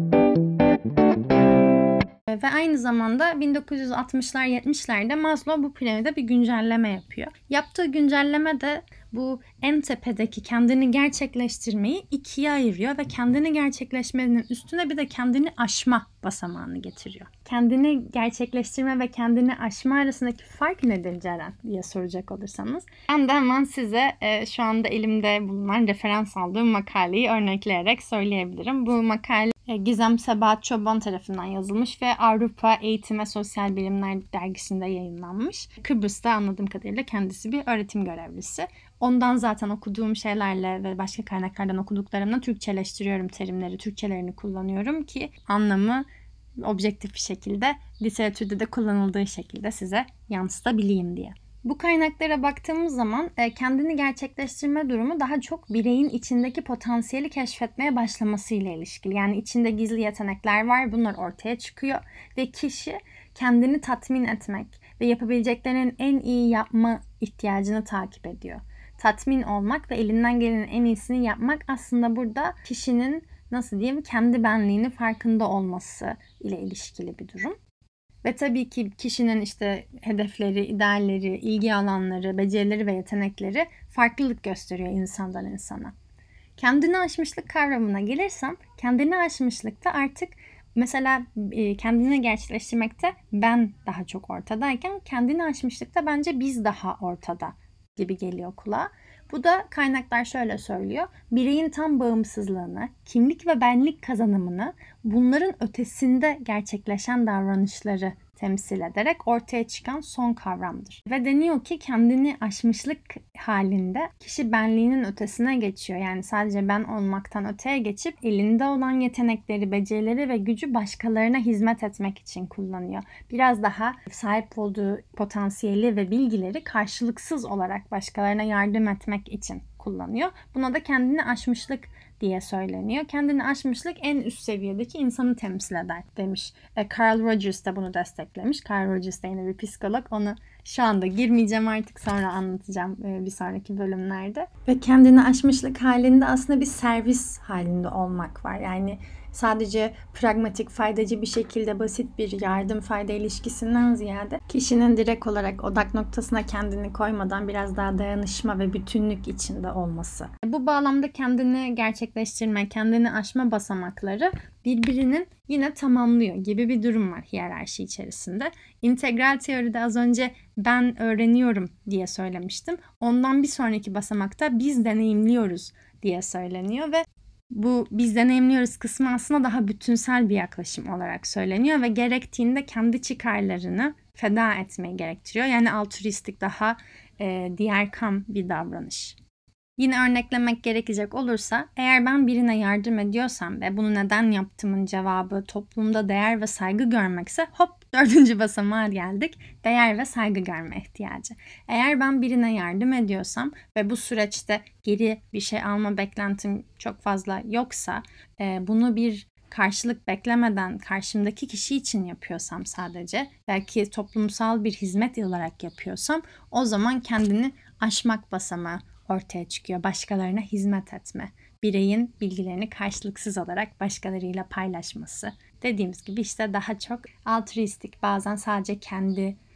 Ve aynı zamanda bin dokuz yüz altmışlar yetmişlerde Maslow bu piramide bir güncelleme yapıyor. Yaptığı güncelleme de bu en tepedeki kendini gerçekleştirmeyi ikiye ayırıyor ve kendini gerçekleşmenin üstüne bir de kendini aşma basamağını getiriyor. Kendini gerçekleştirme ve kendini aşma arasındaki fark nedir Ceren diye soracak olursanız. Ben de hemen size e, şu anda elimde bulunan referans aldığım makaleyi örnekleyerek söyleyebilirim. Bu makale Gizem Sebahat Çoban tarafından yazılmış ve Avrupa Eğitim ve Sosyal Bilimler dergisinde yayınlanmış. Kıbrıs'ta anladığım kadarıyla kendisi bir öğretim görevlisi. Ondan zaten okuduğum şeylerle ve başka kaynaklardan okuduklarımla Türkçeleştiriyorum terimleri, Türkçelerini kullanıyorum ki anlamı objektif bir şekilde literatürde de kullanıldığı şekilde size yansıtabileyim diye. Bu kaynaklara baktığımız zaman kendini gerçekleştirme durumu daha çok bireyin içindeki potansiyeli keşfetmeye başlamasıyla ilişkili. Yani içinde gizli yetenekler var, bunlar ortaya çıkıyor ve kişi kendini tatmin etmek ve yapabileceklerinin en iyi yapma ihtiyacını takip ediyor. Tatmin olmak ve elinden gelenin en iyisini yapmak aslında burada kişinin nasıl diyeyim kendi benliğini farkında olması ile ilişkili bir durum. Ve tabii ki kişinin işte hedefleri, idealleri, ilgi alanları, becerileri ve yetenekleri farklılık gösteriyor insandan insana. Kendini aşmışlık kavramına gelirsem, kendini aşmışlıkta artık mesela kendini gerçekleştirmekte ben daha çok ortadayken kendini aşmışlıkta bence biz daha ortada gibi geliyor kulağa. Bu da kaynaklar şöyle söylüyor. Bireyin tam bağımsızlığını, kimlik ve benlik kazanımını bunların ötesinde gerçekleşen davranışları temsil ederek ortaya çıkan son kavramdır. Ve deniyor ki kendini aşmışlık halinde kişi benliğinin ötesine geçiyor. Yani sadece ben olmaktan öteye geçip elinde olan yetenekleri, becerileri ve gücü başkalarına hizmet etmek için kullanıyor. Biraz daha sahip olduğu potansiyeli ve bilgileri karşılıksız olarak başkalarına yardım etmek için kullanıyor. Buna da kendini aşmışlık diye söyleniyor. Kendini aşmışlık en üst seviyedeki insanı temsil eder demiş. E, Carl Rogers da bunu desteklemiş. Carl Rogers da yine bir psikolog. Onu şu anda girmeyeceğim artık sonra anlatacağım e, bir sonraki bölümlerde. Ve kendini aşmışlık halinde aslında bir servis halinde olmak var. Yani sadece pragmatik, faydacı bir şekilde basit bir yardım fayda ilişkisinden ziyade kişinin direkt olarak odak noktasına kendini koymadan biraz daha dayanışma ve bütünlük içinde olması. Bu bağlamda kendini gerçekleştirme, kendini aşma basamakları birbirinin yine tamamlıyor gibi bir durum var hiyerarşi içerisinde. İntegral teoride az önce ben öğreniyorum diye söylemiştim. Ondan bir sonraki basamakta biz deneyimliyoruz diye söyleniyor ve bu biz deneyimliyoruz kısmı aslında daha bütünsel bir yaklaşım olarak söyleniyor ve gerektiğinde kendi çıkarlarını feda etmeyi gerektiriyor. Yani altruistik daha e, diğerkam bir davranış. Yine örneklemek gerekecek olursa eğer ben birine yardım ediyorsam ve bunu neden yaptığımın cevabı toplumda değer ve saygı görmekse hop dördüncü basamağa geldik. Değer ve saygı görme ihtiyacı. Eğer ben birine yardım ediyorsam ve bu süreçte geri bir şey alma beklentim çok fazla yoksa e, bunu bir karşılık beklemeden karşımdaki kişi için yapıyorsam sadece belki toplumsal bir hizmet olarak yapıyorsam o zaman kendini aşmak basamağı ortaya çıkıyor. Başkalarına hizmet etme. Bireyin bilgilerini karşılıksız olarak başkalarıyla paylaşması. Dediğimiz gibi işte daha çok altruistik, bazen sadece kendi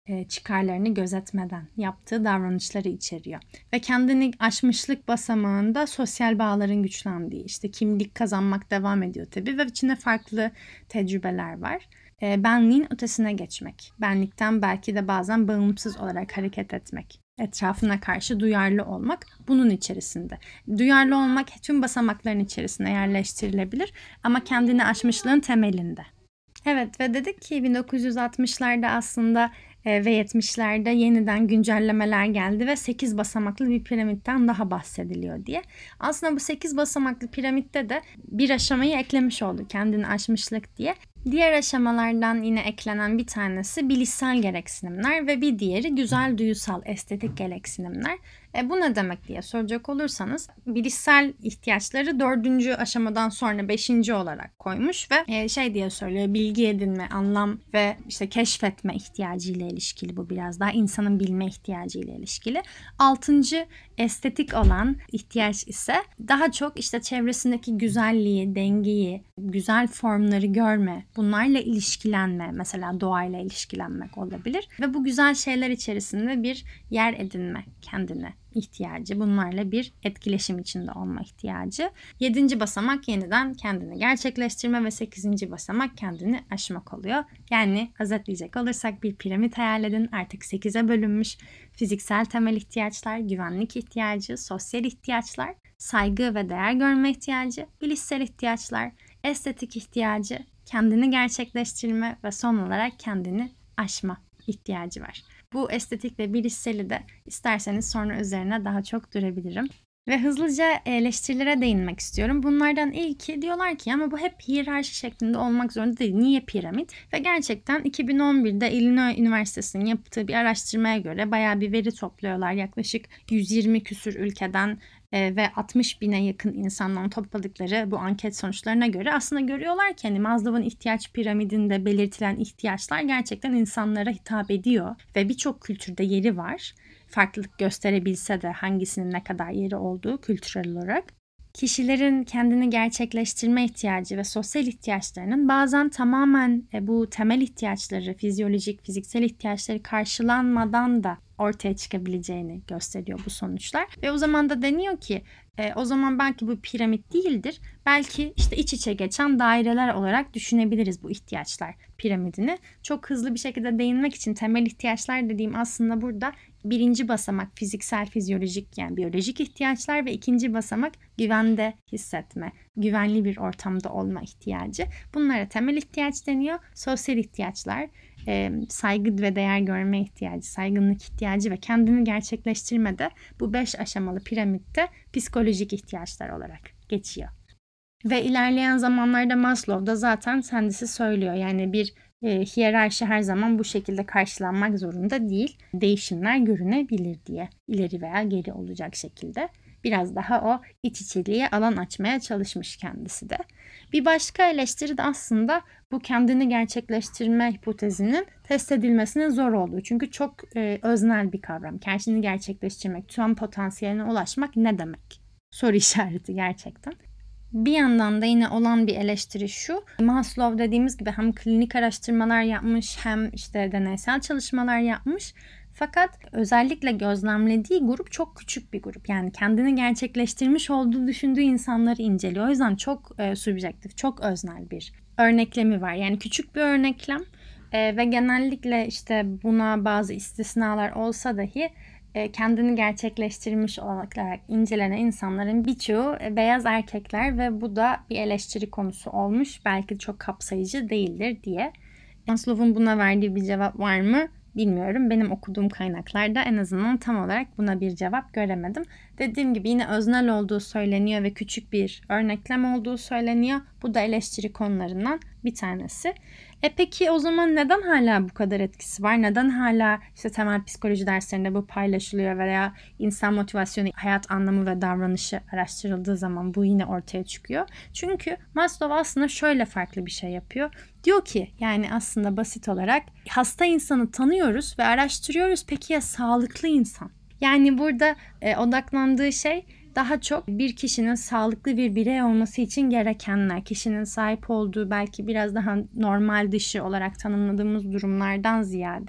çıkarlarını gözetmeden yaptığı davranışları içeriyor. Ve kendini aşmışlık basamağında sosyal bağların güçlendiği, işte kimlik kazanmak devam ediyor tabii ve içinde farklı tecrübeler var. Benliğin ötesine geçmek, benlikten belki de bazen bağımsız olarak hareket etmek, etrafına karşı duyarlı olmak bunun içerisinde. Duyarlı olmak tüm basamakların içerisine yerleştirilebilir ama kendini aşmışlığın temelinde. Evet ve dedik ki bin dokuz yüz altmışlarda aslında e, ve yetmişlerde yeniden güncellemeler geldi ve sekiz basamaklı bir piramitten daha bahsediliyor diye. Aslında bu sekiz basamaklı piramitte de bir aşamayı eklemiş oldu, kendini aşmışlık diye. Diğer aşamalardan yine eklenen bir tanesi bilişsel gereksinimler ve bir diğeri güzel duyusal estetik gereksinimler. E bu ne demek diye soracak olursanız bilişsel ihtiyaçları dördüncü aşamadan sonra beşinci olarak koymuş ve e, şey diye söylüyor, bilgi edinme, anlam ve işte keşfetme ihtiyacıyla ilişkili, bu biraz daha insanın bilme ihtiyacıyla ilişkili. Altıncı estetik olan ihtiyaç ise daha çok işte çevresindeki güzelliği, dengeyi, güzel formları görme, bunlarla ilişkilenme, mesela doğayla ilişkilenmek olabilir ve bu güzel şeyler içerisinde bir yer edinme kendine ihtiyacı, bunlarla bir etkileşim içinde olma ihtiyacı. Yedinci basamak yeniden kendini gerçekleştirme ve sekizinci basamak kendini aşmak oluyor. Yani özetleyecek olursak bir piramit hayal edin, artık sekize bölünmüş. Fiziksel temel ihtiyaçlar, güvenlik ihtiyacı, sosyal ihtiyaçlar, saygı ve değer görme ihtiyacı, bilişsel ihtiyaçlar, estetik ihtiyacı, kendini gerçekleştirme ve son olarak kendini aşma ihtiyacı var. Bu estetik ve bilişseli de isterseniz sonra üzerine daha çok durabilirim. Ve hızlıca eleştirilere değinmek istiyorum. Bunlardan ilki diyorlar ki ama bu hep hiyerarşi şeklinde olmak zorunda değil. Niye piramit? Ve gerçekten iki bin on birde Illinois Üniversitesi'nin yaptığı bir araştırmaya göre bayağı bir veri topluyorlar. Yaklaşık yüz yirmi küsür ülkeden e, ve altmış bine yakın insandan topladıkları bu anket sonuçlarına göre aslında görüyorlar ki hani Maslow'un ihtiyaç piramidinde belirtilen ihtiyaçlar gerçekten insanlara hitap ediyor ve birçok kültürde yeri var. Farklılık gösterebilse de hangisinin ne kadar yeri olduğu kültürel olarak. Kişilerin kendini gerçekleştirme ihtiyacı ve sosyal ihtiyaçlarının bazen tamamen bu temel ihtiyaçları, fizyolojik, fiziksel ihtiyaçları karşılanmadan da ortaya çıkabileceğini gösteriyor bu sonuçlar. Ve o zaman da deniyor ki e, o zaman belki bu piramit değildir. Belki işte iç içe geçen daireler olarak düşünebiliriz bu ihtiyaçlar piramidini. Çok hızlı bir şekilde değinmek için temel ihtiyaçlar dediğim aslında burada birinci basamak fiziksel, fizyolojik yani biyolojik ihtiyaçlar ve ikinci basamak güvende hissetme, güvenli bir ortamda olma ihtiyacı. Bunlara temel ihtiyaç deniyor. Sosyal ihtiyaçlar, e, saygı ve değer görme ihtiyacı, saygınlık ihtiyacı ve kendini gerçekleştirmede bu beş aşamalı piramitte psikolojik ihtiyaçlar olarak geçiyor. Ve ilerleyen zamanlarda Maslow da zaten kendisi söylüyor. Yani bir e, hiyerarşi her zaman bu şekilde karşılanmak zorunda değil. Değişimler görünebilir diye, ileri veya geri olacak şekilde. Biraz daha o iç içeliğe alan açmaya çalışmış kendisi de. Bir başka eleştiri de aslında bu kendini gerçekleştirme hipotezinin test edilmesinin zor olduğu. Çünkü çok e, öznel bir kavram. Kendini gerçekleştirmek, tüm potansiyeline ulaşmak ne demek? Soru işareti gerçekten. Bir yandan da yine olan bir eleştiri şu. Maslow dediğimiz gibi hem klinik araştırmalar yapmış hem işte deneysel çalışmalar yapmış. Fakat özellikle gözlemlediği grup çok küçük bir grup. Yani kendini gerçekleştirmiş olduğu düşündüğü insanları inceliyor. O yüzden çok e, subjektif, çok öznel bir örneklemi var. Yani küçük bir örneklem e, ve genellikle işte buna bazı istisnalar olsa dahi e, kendini gerçekleştirmiş olarak incelenen insanların birçoğu e, beyaz erkekler ve bu da bir eleştiri konusu olmuş. Belki çok kapsayıcı değildir diye. Maslow'un buna verdiği bir cevap var mı? Bilmiyorum. Benim okuduğum kaynaklarda en azından tam olarak buna bir cevap göremedim. Dediğim gibi yine öznel olduğu söyleniyor ve küçük bir örneklem olduğu söyleniyor. Bu da eleştiri konularından bir tanesi. E peki o zaman neden hala bu kadar etkisi var? Neden hala işte temel psikoloji derslerinde bu paylaşılıyor veya insan motivasyonu, hayat anlamı ve davranışı araştırıldığı zaman bu yine ortaya çıkıyor? Çünkü Maslow aslında şöyle farklı bir şey yapıyor. Diyor ki yani aslında basit olarak hasta insanı tanıyoruz ve araştırıyoruz. Peki ya sağlıklı insan? Yani burada e, odaklandığı şey daha çok bir kişinin sağlıklı bir birey olması için gerekenler, kişinin sahip olduğu belki biraz daha normal dışı olarak tanımladığımız durumlardan ziyade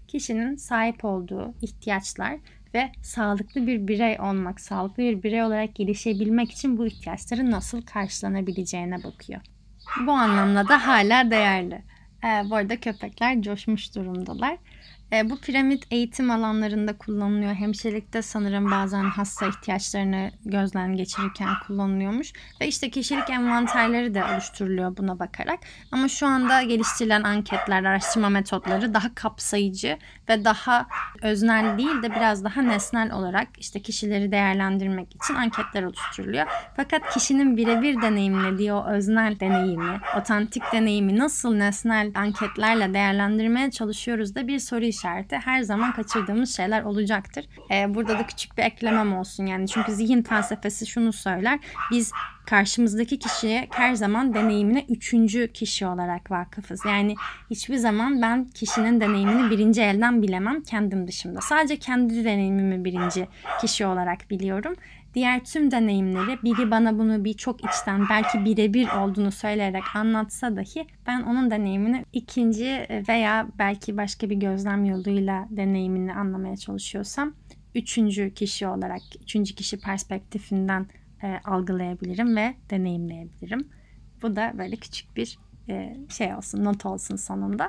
kişinin sahip olduğu ihtiyaçlar ve sağlıklı bir birey olmak, sağlıklı bir birey olarak gelişebilmek için bu ihtiyaçların nasıl karşılanabileceğine bakıyor. Bu anlamda da hala değerli. Ee, bu arada köpekler coşmuş durumdalar. Ee, bu piramit eğitim alanlarında kullanılıyor. Hemşirelikte sanırım bazen hasta ihtiyaçlarını gözden geçirirken kullanılıyormuş. Ve işte kişilik envanterleri de oluşturuluyor buna bakarak. Ama şu anda geliştirilen anketler, araştırma metotları daha kapsayıcı ve daha öznel değil de biraz daha nesnel olarak işte kişileri değerlendirmek için anketler oluşturuluyor. Fakat kişinin birebir deneyimlediği o öznel deneyimi, otantik deneyimi nasıl nesnel anketlerle değerlendirmeye çalışıyoruz da bir soru işareti. Her zaman kaçırdığımız şeyler olacaktır. Ee, burada da küçük bir eklemem olsun yani. Çünkü zihin felsefesi şunu söyler. Biz karşımızdaki kişiye her zaman deneyimine üçüncü kişi olarak vakıfız. Yani hiçbir zaman ben kişinin deneyimini birinci elden bilemem kendim dışında. Sadece kendi deneyimimi birinci kişi olarak biliyorum. Diğer tüm deneyimleri biri bana bunu bir çok içten belki birebir olduğunu söyleyerek anlatsa dahi ben onun deneyimini ikinci veya belki başka bir gözlem yoluyla deneyimini anlamaya çalışıyorsam üçüncü kişi olarak, üçüncü kişi perspektifinden e, algılayabilirim ve deneyimleyebilirim. Bu da böyle küçük bir e, şey olsun, not olsun sonunda.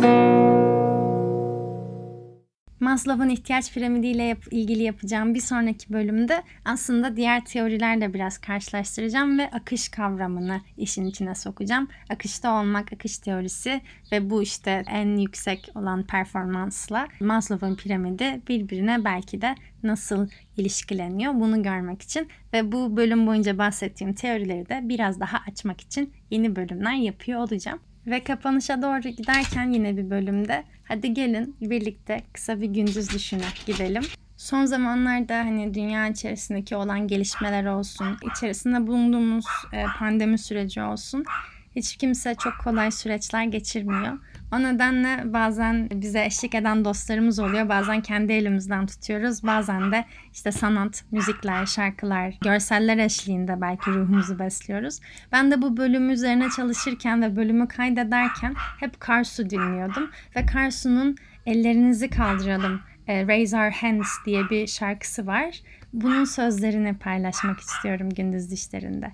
Maslow'un ihtiyaç piramidiyle yap- ilgili yapacağım bir sonraki bölümde aslında diğer teorilerle biraz karşılaştıracağım ve akış kavramını işin içine sokacağım. Akışta olmak, akış teorisi ve bu işte en yüksek olan performansla Maslow'un piramidi birbirine belki de nasıl ilişkileniyor bunu görmek için ve bu bölüm boyunca bahsettiğim teorileri de biraz daha açmak için yeni bölümler yapıyor olacağım. Ve kapanışa doğru giderken yine bir bölümde hadi gelin birlikte kısa bir gündüz düşüne gidelim. Son zamanlarda hani dünya içerisindeki olan gelişmeler olsun, içerisinde bulunduğumuz pandemi süreci olsun, hiç kimse çok kolay süreçler geçirmiyor. O nedenle bazen bize eşlik eden dostlarımız oluyor. Bazen kendi elimizden tutuyoruz. Bazen de işte sanat, müzikler, şarkılar, görseller eşliğinde belki ruhumuzu besliyoruz. Ben de bu bölüm üzerine çalışırken ve bölümü kaydederken hep Karsu dinliyordum. Ve Karsu'nun Ellerinizi Kaldıralım, Raise Our Hands diye bir şarkısı var. Bunun sözlerini paylaşmak istiyorum gündüz düşlerinde.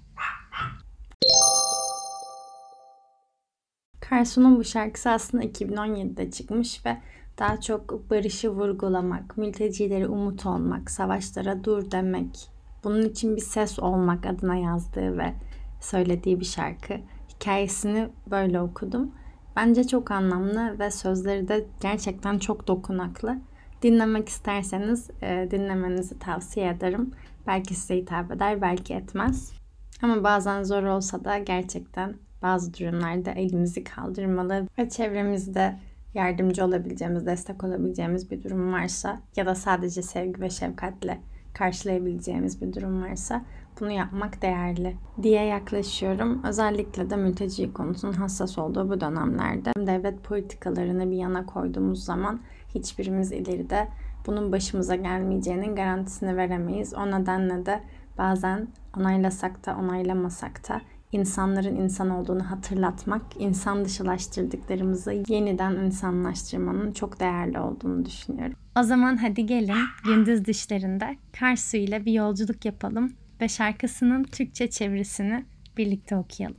Karsu'nun bu şarkısı aslında iki bin on yedide çıkmış ve daha çok barışı vurgulamak, mültecilere umut olmak, savaşlara dur demek, bunun için bir ses olmak adına yazdığı ve söylediği bir şarkı. Hikayesini böyle okudum. Bence çok anlamlı ve sözleri de gerçekten çok dokunaklı. Dinlemek isterseniz e, dinlemenizi tavsiye ederim. Belki size hitap eder, belki etmez. Ama bazen zor olsa da gerçekten bazı durumlarda elimizi kaldırmalı ve çevremizde yardımcı olabileceğimiz, destek olabileceğimiz bir durum varsa ya da sadece sevgi ve şefkatle karşılayabileceğimiz bir durum varsa bunu yapmak değerli diye yaklaşıyorum. Özellikle de mülteci konusunun hassas olduğu bu dönemlerde devlet politikalarını bir yana koyduğumuz zaman hiçbirimiz ileride bunun başımıza gelmeyeceğinin garantisini veremeyiz. O nedenle de bazen onaylasak da onaylamasak da insanların insan olduğunu hatırlatmak, insan dışılaştırdıklarımızı yeniden insanlaştırmanın çok değerli olduğunu düşünüyorum. O zaman hadi gelin gündüz düşlerinde Karsu ile bir yolculuk yapalım ve şarkısının Türkçe çevirisini birlikte okuyalım.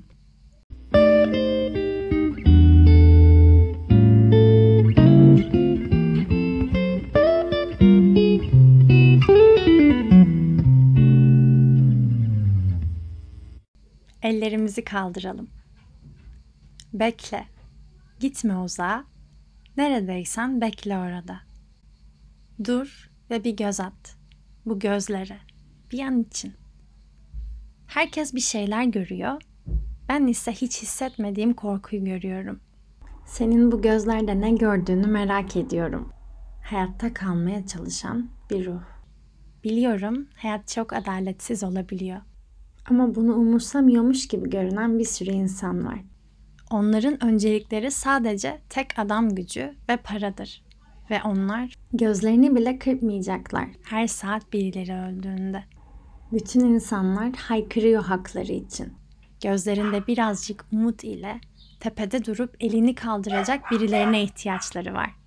Ellerimizi kaldıralım. Bekle, gitme uzağa, neredeysen bekle orada. Dur ve bir göz at, bu gözlere, bir an için. Herkes bir şeyler görüyor, ben ise hiç hissetmediğim korkuyu görüyorum. Senin bu gözlerde ne gördüğünü merak ediyorum. Hayatta kalmaya çalışan bir ruh. Biliyorum, hayat çok adaletsiz olabiliyor. Ama bunu umursamıyormuş gibi görünen bir sürü insan var. Onların öncelikleri sadece tek adam gücü ve paradır. Ve onlar gözlerini bile kırpmayacaklar her saat birileri öldüğünde. Bütün insanlar haykırıyor hakları için. Gözlerinde birazcık umut ile tepede durup elini kaldıracak birilerine ihtiyaçları var.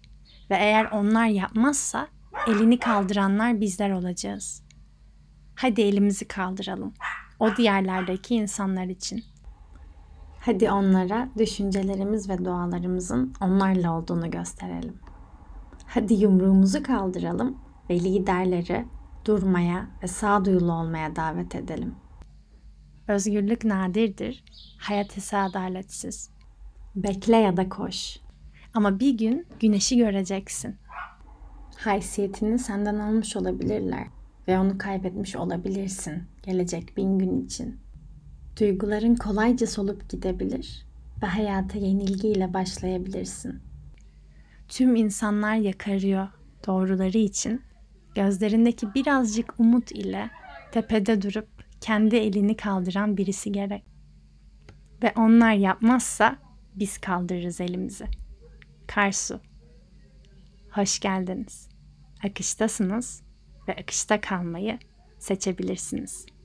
Ve eğer onlar yapmazsa elini kaldıranlar bizler olacağız. Hadi elimizi kaldıralım. O diğerlerdeki insanlar için. Hadi onlara düşüncelerimiz ve dualarımızın onlarla olduğunu gösterelim. Hadi yumruğumuzu kaldıralım ve liderleri durmaya ve sağduyulu olmaya davet edelim. Özgürlük nadirdir, hayat ise adaletsiz. Bekle ya da koş. Ama bir gün güneşi göreceksin. Haysiyetini senden almış olabilirler ve onu kaybetmiş olabilirsin gelecek bin gün için. Duyguların kolayca solup gidebilir ve hayata yenilgiyle başlayabilirsin. Tüm insanlar yakarıyor doğruları için. Gözlerindeki birazcık umut ile tepede durup kendi elini kaldıran birisi gerek. Ve onlar yapmazsa biz kaldırırız elimizi. Karsu. Hoş geldiniz. Akıştasınız ve akışta kalmayı seçebilirsiniz.